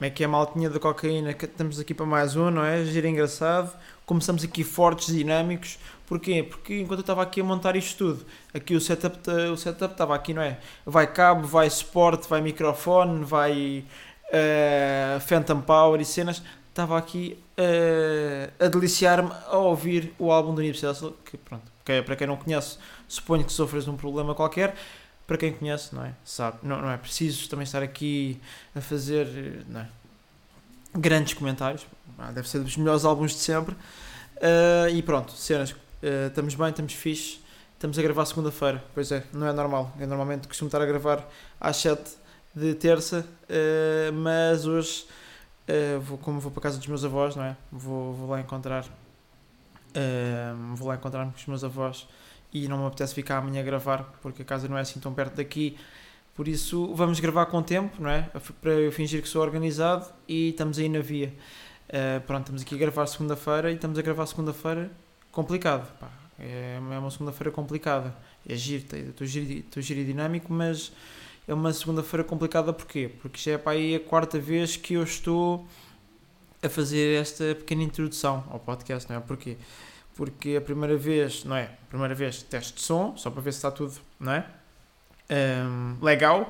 Como é que é a maltinha da cocaína? Que estamos aqui para mais um, não é? Giro engraçado. Começamos aqui fortes, dinâmicos. Porquê? Porque enquanto eu estava aqui a montar isto tudo, aqui o setup estava aqui, não é? Vai cabo, vai suporte, vai microfone, vai Phantom Power e cenas. Estava aqui a deliciar-me a ouvir o álbum do Nipsey Hussle, que pronto, para quem não conhece, suponho que sofres de um problema qualquer. Para quem conhece, não é? Sabe, não é preciso também estar aqui a fazer, não é, grandes comentários. Deve ser dos melhores álbuns de sempre. E pronto, cenas. Estamos bem, estamos fixe. Estamos a gravar segunda-feira. Pois é, não é normal. Eu normalmente costumo estar a gravar às 7 de terça, mas hoje, como vou para a casa dos meus avós, não é? Vou lá encontrar. Vou lá encontrar-me com os meus avós e não me apetece ficar amanhã a gravar porque a casa não é assim tão perto daqui, por isso vamos gravar com tempo, não é? Para eu fingir que sou organizado, e estamos aí na via. Pronto, estamos aqui a gravar segunda-feira e estamos a gravar segunda-feira complicado, pá. É uma segunda-feira complicada, é giro, estou giro e dinâmico, mas é uma segunda-feira complicada. Porquê? Porque já é para aí a quarta vez que eu estou a fazer esta pequena introdução ao podcast, não é? Porquê? Porque a primeira vez, não é? A primeira vez, teste de som, só para ver se está tudo, não é? Legal.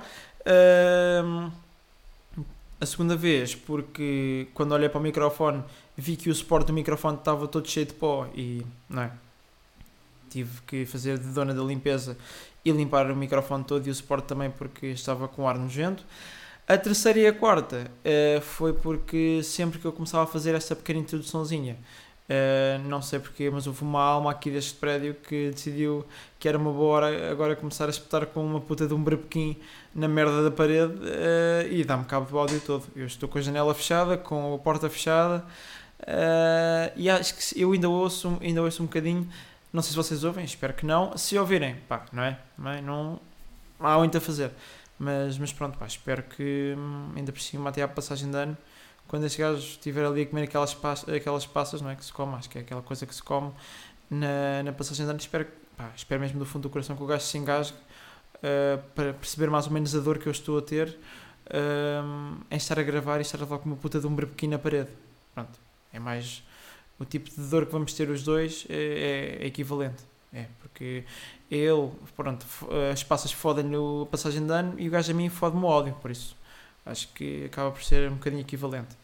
A segunda vez, porque quando olhei para o microfone, vi que o suporte do microfone estava todo cheio de pó e, não é? Tive que fazer de dona da limpeza e limpar o microfone todo e o suporte também, porque estava com ar nojento. A terceira e a quarta foi porque sempre que eu começava a fazer esta pequena introduçãozinha, não sei porquê, mas houve uma alma aqui deste prédio que decidiu que era uma boa hora agora começar a espetar com uma puta de um brebequim na merda da parede, e dá-me cabo do áudio todo. Eu estou com a janela fechada, com a porta fechada, e acho que eu ainda ouço um bocadinho. Não sei se vocês ouvem, espero que não. Se ouvirem, pá, não é? Não há muito a fazer. Mas pronto, pá, espero que ainda por cima até à passagem de ano, quando este gajo estiver ali a comer aquelas passas, não é, que se come, acho que é aquela coisa que se come na passagem de ano, espero mesmo do fundo do coração que o gajo se engasgue, para perceber mais ou menos a dor que eu estou a ter, em estar a gravar e estar a levar com uma puta de um brebequim na parede. Pronto, é mais o tipo de dor que vamos ter os dois, é equivalente. Porque ele, pronto, as passas fodem-lhe a passagem de ano e o gajo a mim fode-me o áudio, por isso acho que acaba por ser um bocadinho equivalente.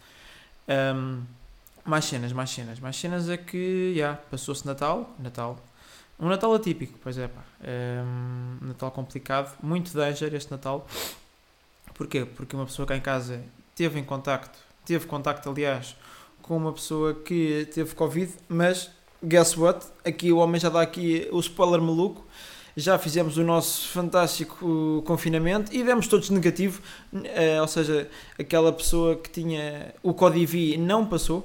Mais cenas é que, passou-se Natal, um Natal atípico, pois é, pá, Natal complicado, muito danger este Natal. Porquê? Porque uma pessoa cá em casa teve contacto, aliás, com uma pessoa que teve Covid, mas guess what? Aqui o homem já dá aqui o spoiler maluco. Já fizemos o nosso fantástico confinamento e demos todos negativo, ou seja, aquela pessoa que tinha o Codiv não passou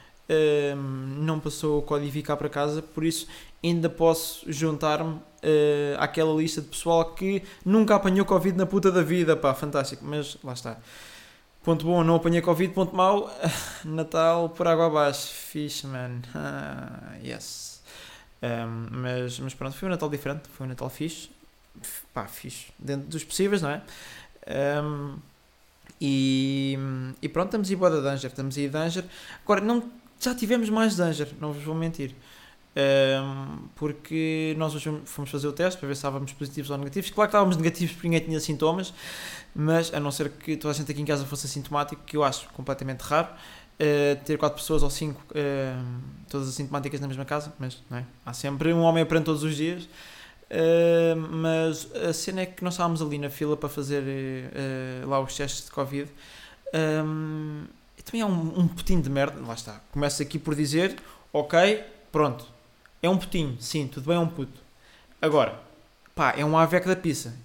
o Codiv cá para casa, por isso ainda posso juntar-me àquela lista de pessoal que nunca apanhou Covid na puta da vida, pá, fantástico, mas lá está. Ponto bom, não apanhei Covid. Ponto mau, Natal por água abaixo. Fixe, man. Yes. Mas pronto, foi um Natal diferente. Foi um Natal fixe. Pá, fixe. Dentro dos possíveis, não é? E pronto, estamos aí boa da Danger. Agora, já tivemos mais Danger, não vos vou mentir. Porque nós hoje fomos fazer o teste para ver se estávamos positivos ou negativos. Claro que estávamos negativos porque ninguém tinha sintomas, mas a não ser que toda a gente aqui em casa fosse assintomático, que eu acho completamente raro, ter 4 pessoas ou 5 todas assintomáticas na mesma casa, mas não é? Há sempre um homem aprende todos os dias. Mas a cena é que nós estávamos ali na fila para fazer lá os testes de Covid, e também há um putinho de merda. Lá está, começo aqui por dizer, ok, pronto, é um putinho, sim, tudo bem, é um puto. Agora, pá, é um aveco da pizza.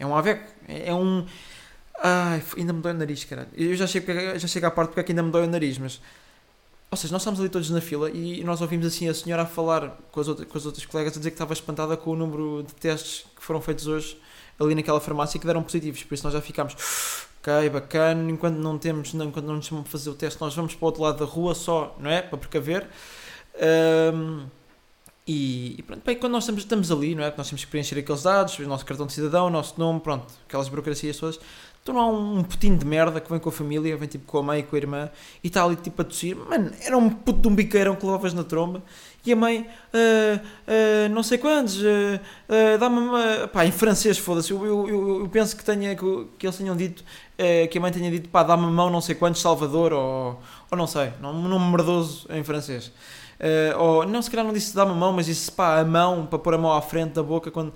Ai, ainda me dói o nariz, caralho. Eu já chego à parte porque é que ainda me dói o nariz, mas... Ou seja, nós estamos ali todos na fila e nós ouvimos assim a senhora a falar com as outras colegas, a dizer que estava espantada com o número de testes que foram feitos hoje ali naquela farmácia e que deram positivos. Por isso nós já ficámos, ok, bacana, enquanto não nos chamam para fazer o teste, nós vamos para o outro lado da rua só, não é? Para precaver. E pronto, bem, quando nós estamos ali, não é? Nós temos que preencher aqueles dados, o nosso cartão de cidadão, o nosso nome, pronto, aquelas burocracias todas. Então não há um putinho de merda que vem com a família, vem tipo com a mãe e com a irmã e está ali tipo a tossir. Mano, era um puto de um biqueirão que levavas na tromba e a mãe, não sei quantos, dá-me pá, em francês, foda-se. Eu penso que eles tenham dito, que a mãe tenha dito, pá, dá-me a mão, não sei quantos, Salvador, ou não sei, um nome merdoso em francês. Ou não, se calhar não disse dá-me a mão, mas disse pá, a mão, para pôr a mão à frente da boca quando.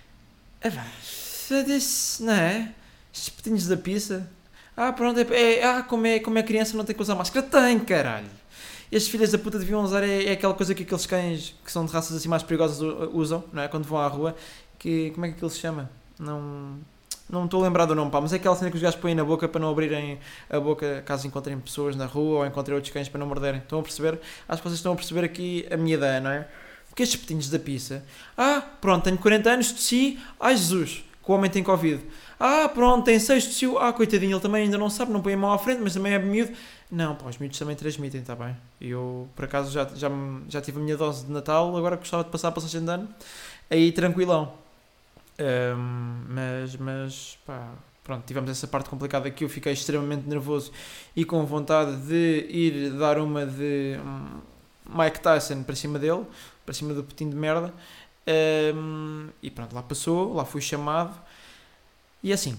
Disse, não é? Estes petinhos da pizza. Pronto, como é criança não tem que usar máscara. Tem, caralho. Estes filhos da puta deviam usar é aquela coisa que aqueles cães que são de raças assim mais perigosas usam, não é? Quando vão à rua. Como é que aquilo se chama? Não estou a lembrar do nome, pá, mas é aquela cena que os gajos põem na boca para não abrirem a boca caso encontrem pessoas na rua ou encontrem outros cães para não morderem. Estão a perceber? Acho que vocês estão a perceber aqui a minha ideia, não é? Porque estes petinhos da pizza. Pronto, tenho 40 anos, tossi. Ai Jesus, que o homem tem Covid. Pronto, tem 6, tossiu. Coitadinho, ele também ainda não sabe, não põe a mão à frente, mas também é miúdo. Não, pá, os miúdos também transmitem, está bem? Eu, por acaso, já tive a minha dose de Natal, agora gostava de passar a passagem de ano. Aí, tranquilão. Mas, pá, pronto, tivemos essa parte complicada que eu fiquei extremamente nervoso e com vontade de ir dar uma de Mike Tyson para cima dele, para cima do putinho de merda. E pronto, lá passou, lá fui chamado. E assim,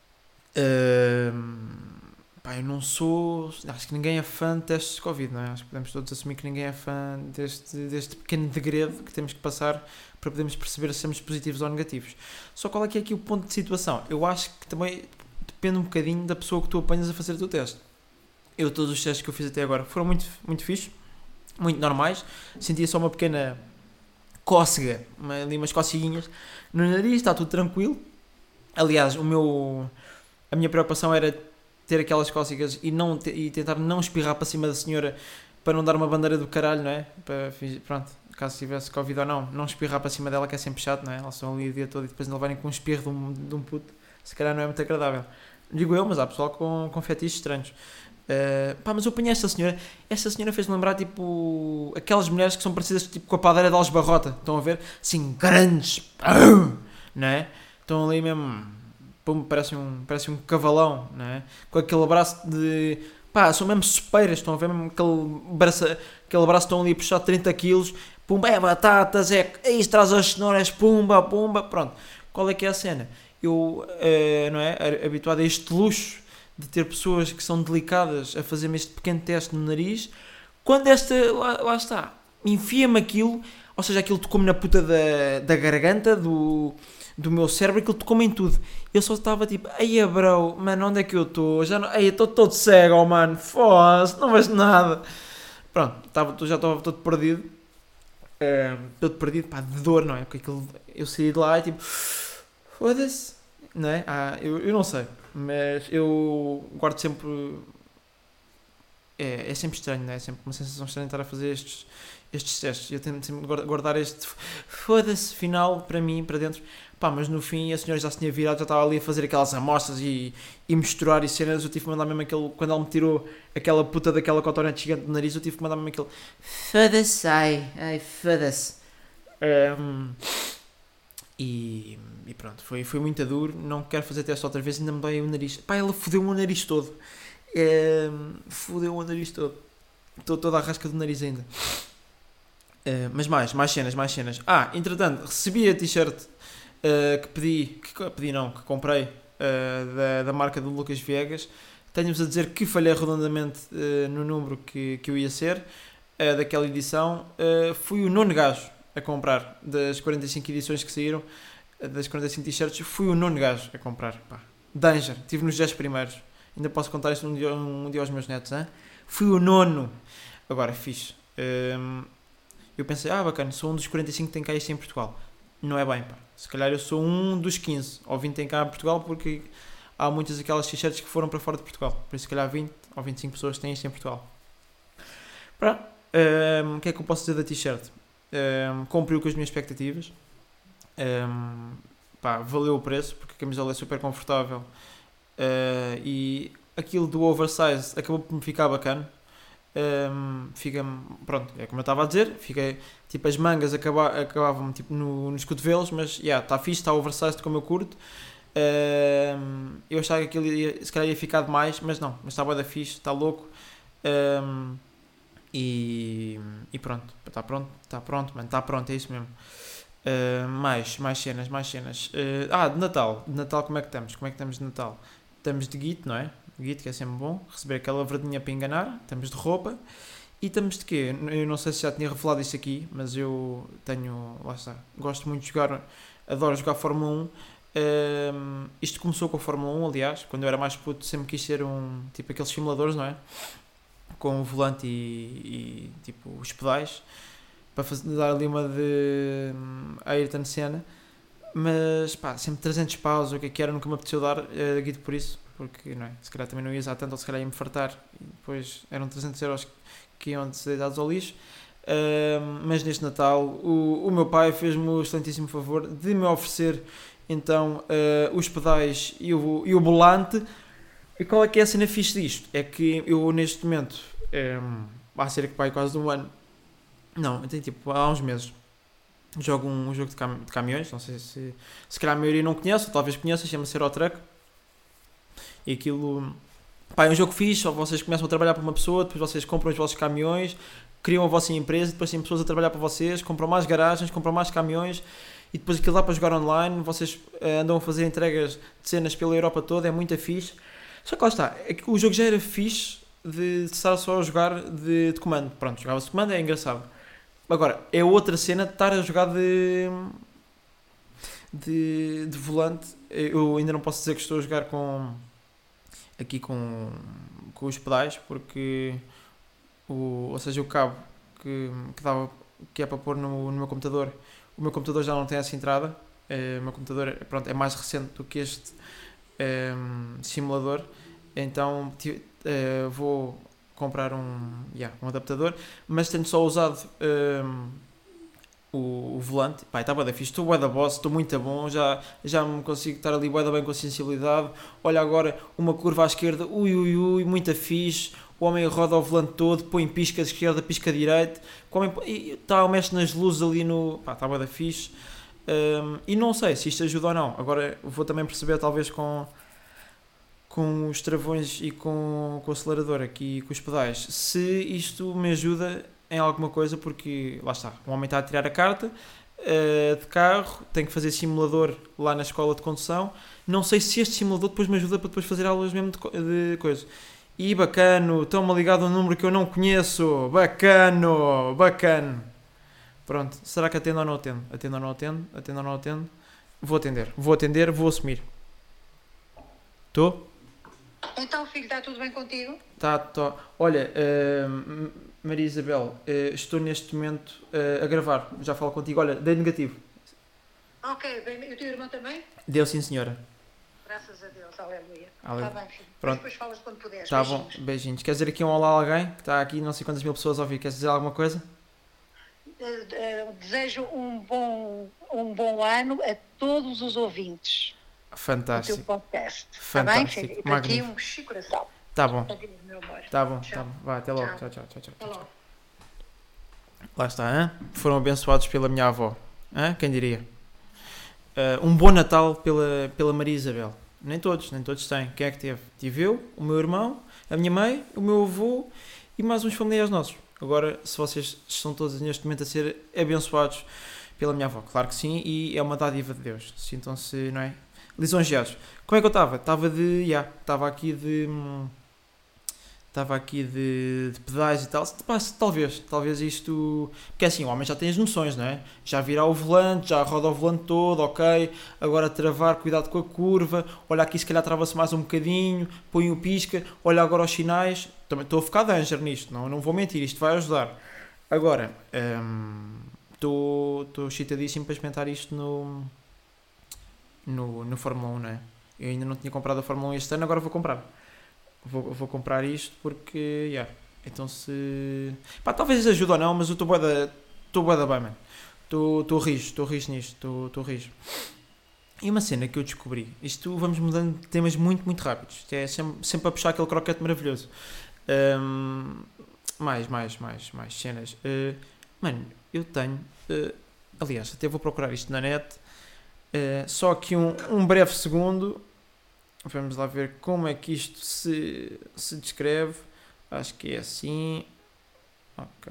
pá, eu não sou. Acho que ninguém é fã de testes de Covid, não é? Acho que podemos todos assumir que ninguém é fã deste pequeno degredo que temos que passar para podermos perceber se somos positivos ou negativos. Só qual é que é aqui o ponto de situação? Eu acho que também depende um bocadinho da pessoa que tu apanhas a fazer o teu teste. Todos os testes que eu fiz até agora foram muito, muito fixe, muito normais. Sentia só uma pequena cócega, ali umas coceguinhas no nariz, está tudo tranquilo. Aliás, a minha preocupação era ter aquelas cócegas e tentar não espirrar para cima da senhora para não dar uma bandeira do caralho, não é? Pronto, caso tivesse Covid ou não espirrar para cima dela, que é sempre chato, não é? Elas estão ali o dia todo e depois não levarem com um espirro de um puto, se calhar não é muito agradável. Digo eu, mas há pessoal com fetiches estranhos. Mas eu apanhei esta senhora fez-me lembrar tipo aquelas mulheres que são parecidas tipo com a padeira de Algebarrota, estão a ver? Assim, grandes, não é? Estão ali mesmo, pum, parece um cavalão, não é? Com aquele braço de, são mesmo supeiras, estão a ver mesmo aquele braço estão ali a puxar 30 kg, pumba, batatas, isto traz as cenouras, pumba, pronto. Qual é que é a cena? Eu, não é, habituado a este luxo de ter pessoas que são delicadas a fazer-me este pequeno teste no nariz, quando lá está, enfia-me aquilo, ou seja, aquilo tocou-me na puta da garganta, do meu cérebro, aquilo tocou-me em tudo. Eu só estava tipo, bro, mano, onde é que eu estou? Eu estou todo cego, mano, foda-se, não vejo nada. Pronto, já estava todo perdido. Pá, de dor, não é? Porque eu saí de lá e tipo, foda-se, não é? Eu não sei, mas eu guardo sempre. É sempre estranho, não é? É sempre uma sensação estranha estar a fazer estes testes. Eu tento sempre guardar este foda-se final para mim, para dentro. Pá, mas no fim a senhora já se tinha virado, já estava ali a fazer aquelas amostras e misturar e cenas. Eu tive que mandar mesmo aquele, quando ela me tirou aquela puta daquela cotonete gigante do nariz, eu tive que mandar mesmo aquele foda-se, ai foda-se. E pronto, foi muito duro. Não quero fazer teste outra vez, ainda me dói o nariz. Pá, ela fodeu-me o nariz todo. Fodeu o nariz todo. Estou toda a rasca do nariz ainda. Mas mais cenas. Entretanto, recebi a t-shirt que comprei da marca do Lucas Viegas. Tenho-vos a dizer que falhei redondamente no número que eu ia ser daquela edição. Fui o nono gajo a comprar das 45 edições que saíram, das 45 t-shirts. Fui o nono gajo a comprar. Pá. Danger, estive nos 10 primeiros. Ainda posso contar isto um dia aos meus netos, hein? Fui o nono. Agora, fixe. Eu pensei, bacana, sou um dos 45 que tem cá isto em Portugal. Não é bem, pá. Se calhar eu sou um dos 15 ou 20 tem cá em Portugal, porque há muitas daquelas t-shirts que foram para fora de Portugal. Por isso, se calhar 20 ou 25 pessoas têm isto em Portugal. Pronto. O que é que eu posso dizer da t-shirt? Cumpriu com as minhas expectativas. Valeu o preço, porque a camisola é super confortável. E aquilo do oversize acabou por me ficar bacana. Pronto, é como eu estava a dizer, fiquei, tipo, as mangas acabavam tipo, nos cotovelos, mas está fixe, está oversized como eu curto. Eu achava que aquilo se calhar ia ficar demais, mas não, mas está bué da fixe, está louco. Um, e, e pronto, está pronto, mano, está pronto, é isso mesmo. Mais cenas, mais cenas. De Natal como é que estamos? Como é que estamos de Natal? Estamos de guito, não é? Guito, que é sempre bom, receber aquela verdinha para enganar. Estamos de roupa. E estamos de quê? Eu não sei se já tinha revelado isso aqui, mas eu tenho, lá está, gosto muito de jogar, adoro jogar Fórmula 1. Isto começou com a Fórmula 1, aliás, quando eu era mais puto sempre quis ser tipo aqueles simuladores, não é? Com o volante tipo os pedais, para dar ali uma de Ayrton Senna, mas pá, sempre 300 paus, o que era, nunca me apeteceu dar guido por isso, porque não é? Se calhar também não ia usar tanto, ou se calhar ia-me fartar, e depois eram 300 euros que iam ser deitados ao lixo. Mas neste Natal o meu pai fez-me o excelentíssimo favor de me oferecer então os pedais e o volante. E qual é que é a cena fixe disto? É que eu neste momento, há cerca de quase de um ano, não, tem tipo há uns meses, jogo um jogo de caminhões, não sei se calhar a maioria não conhece, ou talvez conheça, chama-se Euro Truck. E aquilo, pá, é um jogo fixe, ou vocês começam a trabalhar para uma pessoa, depois vocês compram os vossos caminhões, criam a vossa empresa, depois tem pessoas a trabalhar para vocês, compram mais garagens, compram mais caminhões, e depois aquilo dá para jogar online, vocês andam a fazer entregas de cenas pela Europa toda, é muito fixe. Só que lá está, é que o jogo já era fixe de estar só a jogar de comando. Pronto, jogava-se de comando, é engraçado. Agora, é outra cena de estar a jogar de volante. Eu ainda não posso dizer que estou a jogar aqui com os pedais, porque ou seja, o cabo que é para pôr no meu computador, o meu computador já não tem essa entrada. O meu computador pronto, é mais recente do que este simulador, então vou comprar um adaptador, mas tenho só usado o volante. Pá, está bué da fixe, estou bué da boss, estou muito bom, já me consigo estar ali bué da bem com a sensibilidade. Olha agora, uma curva à esquerda, ui, muito fixe. O homem roda o volante todo, põe pisca de esquerda, pisca de direita, e mexe nas luzes ali no... Pá, está bué da fixe. E não sei se isto ajuda ou não. Agora vou também perceber, talvez com os travões e com o acelerador aqui e com os pedais, se isto me ajuda em alguma coisa, porque lá está, o homem está a tirar a carta de carro, tem que fazer simulador lá na escola de condução. Não sei se este simulador depois me ajuda para depois fazer aulas mesmo de coisa. E bacano, estão-me ligado a um número que eu não conheço. Bacano. Pronto, será que atendo ou não atendo? Atendo ou não atendo? Atendo ou não atendo? Vou atender, vou assumir. Estou? Então, filho, está tudo bem contigo? Tá. Olha, Maria Isabel, estou neste momento a gravar. Já falo contigo. Olha, dei negativo. Ok, bem, e o teu irmão também? Deu sim, senhora. Graças a Deus, aleluia. Aleluia. Está bem, filho. Pronto. Depois falas quando puderes. Tá bom, beijinhos. Queres dizer aqui um olá a alguém? Que está aqui não sei quantas mil pessoas a ouvir. Queres dizer alguma coisa? Desejo um bom ano a todos os ouvintes Fantástico. do teu podcast. Fantástico. Está bem, filho? Aqui um coração. Tá bom. Adeus, meu amor. Tá bom. Vá, até logo. Tchau. Até logo. Lá está, hein? Foram abençoados pela minha avó. Hein? Quem diria? Um bom Natal pela Maria Isabel. Nem todos têm. Quem é que teve? Tive eu, o meu irmão, a minha mãe, o meu avô e mais uns familiares nossos. Agora, se vocês estão todos neste momento a ser abençoados pela minha avó, claro que sim, e é uma dádiva de Deus. Sintam-se, não é? Lisonjeados. Como é que eu estava? Estava aqui de pedais e tal. Talvez isto... Porque assim, o homem já tem as noções, não é? Já vira o volante, já roda o volante todo, ok. Agora travar, cuidado com a curva. Olha aqui, se calhar trava-se mais um bocadinho. Põe o pisca. Olha agora os sinais. Também estou a ficar danger nisto, não vou mentir. Isto vai ajudar. Agora, estou excitadíssimo para experimentar isto no Fórmula 1, não é? Eu ainda não tinha comprado a Fórmula 1 este ano, agora vou comprar. Vou comprar isto porque, então se... Pá, talvez ajude ou não, mas eu estou bué da bem, mano. Estou rijo nisto, estou rijo. E uma cena que eu descobri, isto vamos mudando de temas muito, muito rápidos. Isto é sempre a puxar aquele croquete maravilhoso. Mais cenas. Mano, eu tenho... aliás, até vou procurar isto na net. Só aqui um breve segundo. Vamos lá ver como é que isto se descreve. Acho que é assim. Ok.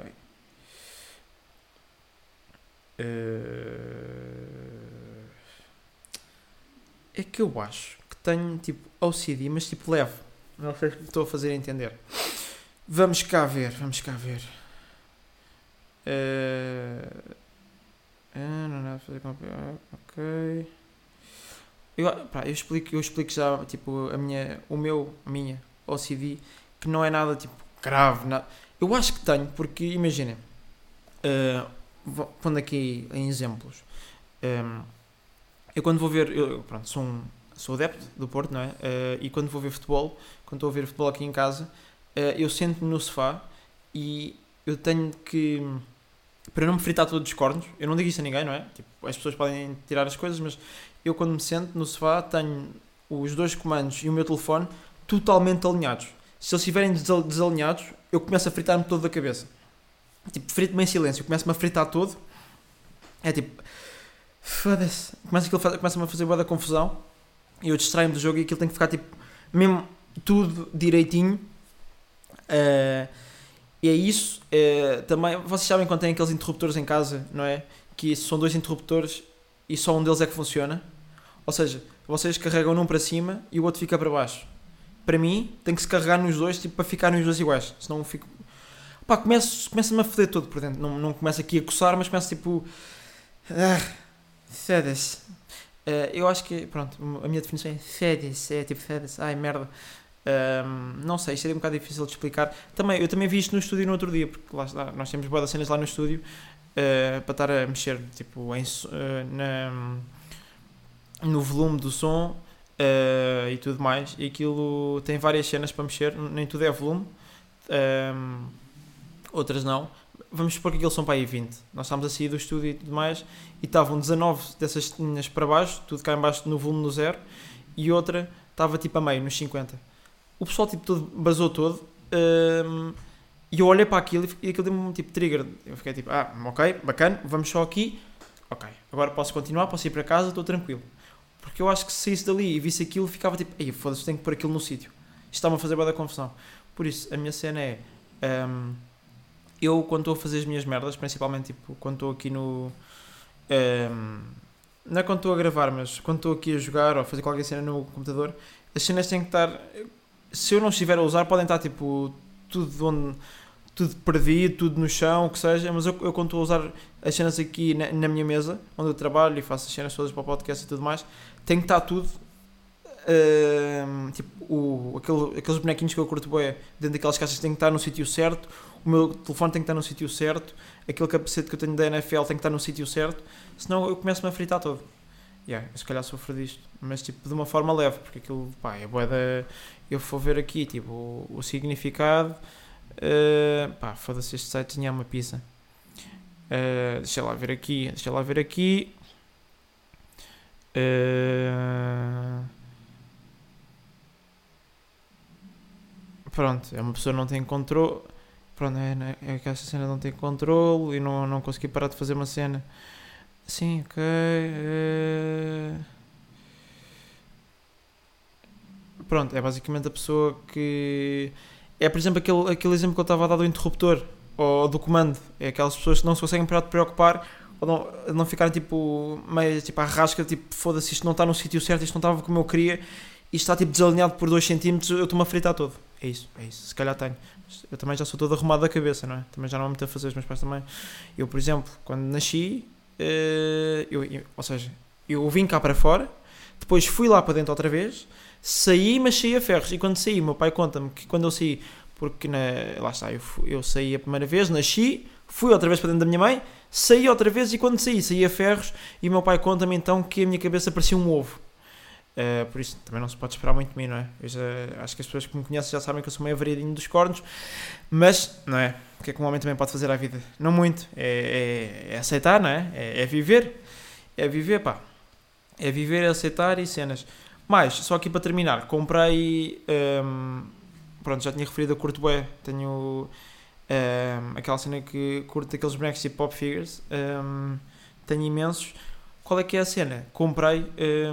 É que eu acho que tenho tipo OCD, mas tipo leve. Não sei se me estou a fazer entender. Vamos cá ver. Não dá para fazer com. Ok. Eu explico já tipo a minha OCD, que não é nada tipo grave. Eu acho que tenho, porque imaginem, pondo aqui em exemplos, eu quando vou ver, pronto, sou adepto do Porto, não é? E quando vou ver futebol, quando estou a ver futebol aqui em casa, eu sento-me no sofá e eu tenho que, para não me fritar todos os cornos, eu não digo isso a ninguém, não é? Tipo, as pessoas podem tirar as coisas, mas eu quando me sento no sofá tenho os dois comandos e o meu telefone totalmente alinhados. Se eles estiverem desalinhados, eu começo a fritar-me todo da cabeça. Tipo, frito-me em silêncio, começo-me a fritar todo. É tipo, foda-se. Começa-me a fazer boa da confusão e eu distraio-me do jogo e aquilo tem que ficar tipo, mesmo tudo direitinho. E é isso. Também, vocês sabem quando têm aqueles interruptores em casa, não é? Que são 2 interruptores e só um deles é que funciona. Ou seja, vocês carregam num para cima e o outro fica para baixo. Para mim, tem que se carregar nos dois, tipo, para ficarem os dois iguais. Senão eu fico... Pá, começa-me a foder todo por dentro. Não começa aqui a coçar, mas começa tipo... Foda-se. Eu acho que, pronto, a minha definição é foda-se. É tipo foda-se. Ai, merda. Não sei, seria um bocado difícil de explicar. Eu também vi isto no estúdio no outro dia, porque lá está, nós temos boas cenas lá no estúdio para estar a mexer tipo, no volume do som e tudo mais. E aquilo tem várias cenas para mexer, nem tudo é volume, outras não. Vamos supor que aquilo são para aí 20. Nós estávamos a sair do estúdio e tudo mais, e estavam 19 dessas linhas para baixo, tudo cá em baixo no volume no 0, e outra estava tipo a meio, nos 50. O pessoal tipo todo basou todo, e eu olhei para aquilo e aquilo deu-me um tipo trigger. Eu fiquei tipo, ok, bacana, vamos só aqui, ok, agora posso continuar, posso ir para casa, estou tranquilo. Porque eu acho que se saísse dali e visse aquilo, ficava tipo, ei, foda-se, tenho que pôr aquilo no sítio. Isto está-me a fazer bué da confusão. Por isso, a minha cena é, eu quando estou a fazer as minhas merdas, principalmente tipo, quando estou aqui no... não é quando estou a gravar, mas quando estou aqui a jogar ou a fazer qualquer cena no computador, as cenas têm que estar... Se eu não estiver a usar, podem estar tipo tudo perdido, tudo no chão, o que seja, mas eu quando estou a usar as cenas aqui na minha mesa, onde eu trabalho e faço as cenas todas para o podcast e tudo mais, tem que estar tudo tipo aqueles bonequinhos que eu curto bem dentro daquelas caixas têm que estar no sítio certo, o meu telefone tem que estar no sítio certo, aquele capacete que eu tenho da NFL tem que estar no sítio certo, senão eu começo-me a fritar todo. Eu se calhar sofro disto, mas tipo de uma forma leve, porque aquilo, pá, é bué da... Eu vou ver aqui, tipo, o significado, pá, foda-se, este site tinha uma pizza. Deixa lá ver aqui. Pronto, é uma pessoa que não tem controle. Pronto, é que essa cena não tem controle e não consegui parar de fazer uma cena. Sim, ok. Pronto, é basicamente a pessoa que... É, por exemplo, aquele exemplo que eu estava a dar do interruptor ou do comando. É aquelas pessoas que não se conseguem parar de preocupar ou não ficarem tipo meio tipo à rasca, tipo foda-se, isto não está no sítio certo, isto não estava como eu queria, isto está tipo desalinhado por 2 cm, eu estou-me a fritar todo. É isso, se calhar tenho. Eu também já sou todo arrumado da cabeça, não é? Também já não há muito a fazer, os meus pais também. Eu, por exemplo, quando nasci, ou seja, eu vim cá para fora, depois fui lá para dentro outra vez, saí, mas saí a ferros. E quando saí, meu pai conta-me que quando eu saí, porque lá está, eu saí a primeira vez, nasci, fui outra vez para dentro da minha mãe, saí outra vez e quando saí a ferros. E o meu pai conta-me então que a minha cabeça parecia um ovo. Por isso também não se pode esperar muito de mim, não é? Acho que as pessoas que me conhecem já sabem que eu sou meio variadinho dos cornos, mas não é? O que é que um homem também pode fazer à vida? Não muito, é aceitar, não é? É viver, pá, é viver, é aceitar e cenas. Mas, só aqui para terminar, comprei, pronto, já tinha referido a curto bué, tenho aquela cena que curto aqueles bonecos tipo pop figures, tenho imensos. qual é que é a cena? Comprei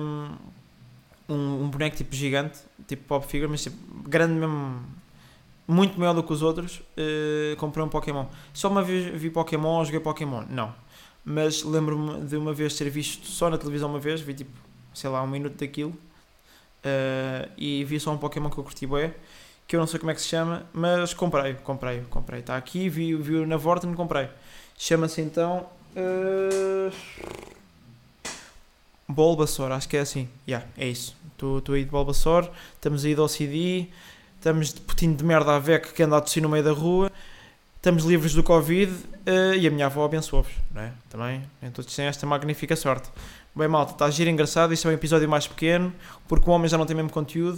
um boneco tipo gigante, tipo pop figure, mas tipo, grande mesmo, muito maior do que os outros. Comprei um Pokémon. Só uma vez vi Pokémon, joguei Pokémon? Não. Mas lembro-me de uma vez ter visto só na televisão uma vez, vi tipo, sei lá, 1 minuto daquilo. E vi só um Pokémon que eu curti bué, que eu não sei como é que se chama, mas comprei. Está aqui, vi na Vorten, comprei. Chama-se então Bulbasaur, acho que é assim. É isso. Estou aí de Bulbasaur, estamos aí de OCD, estamos de putinho de merda a VEC que anda a tossir no meio da rua, estamos livres do Covid e a minha avó abençoou-vos, não é? Também, então todos têm esta magnífica sorte. Bem, malta, está a giro engraçado, isto é um episódio mais pequeno, porque o homem já não tem mesmo conteúdo.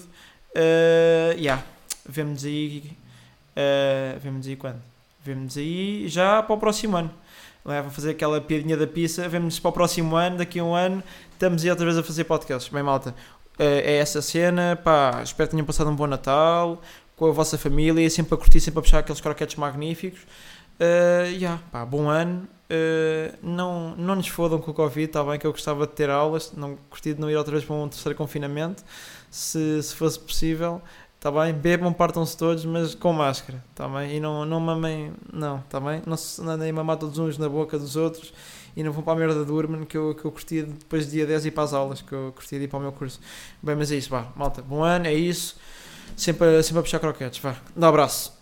Vemo-nos aí quando? Vemo-nos aí já para o próximo ano. Vou fazer aquela piadinha da pizza. Vemo-nos para o próximo ano, daqui a um ano estamos aí outra vez a fazer podcasts. Bem, malta, é essa cena, pá, espero que tenham passado um bom Natal com a vossa família, sempre a curtir, sempre a puxar aqueles croquetes magníficos. Bom ano. Não nos fodam com o Covid, está bem que eu gostava de ter aulas, não curti de não ir outra vez para um terceiro confinamento, se fosse possível, está bem, bebam, partam-se todos, mas com máscara, está bem, e não mamem, não, está bem, não se andem a mamar todos uns na boca dos outros, e não vão para a merda do Urban, que eu curti depois de dia 10 ir para as aulas, que eu curti de ir para o meu curso. Bem, mas é isso, vá, malta, bom ano, é isso, sempre a puxar croquetes, vá, um abraço.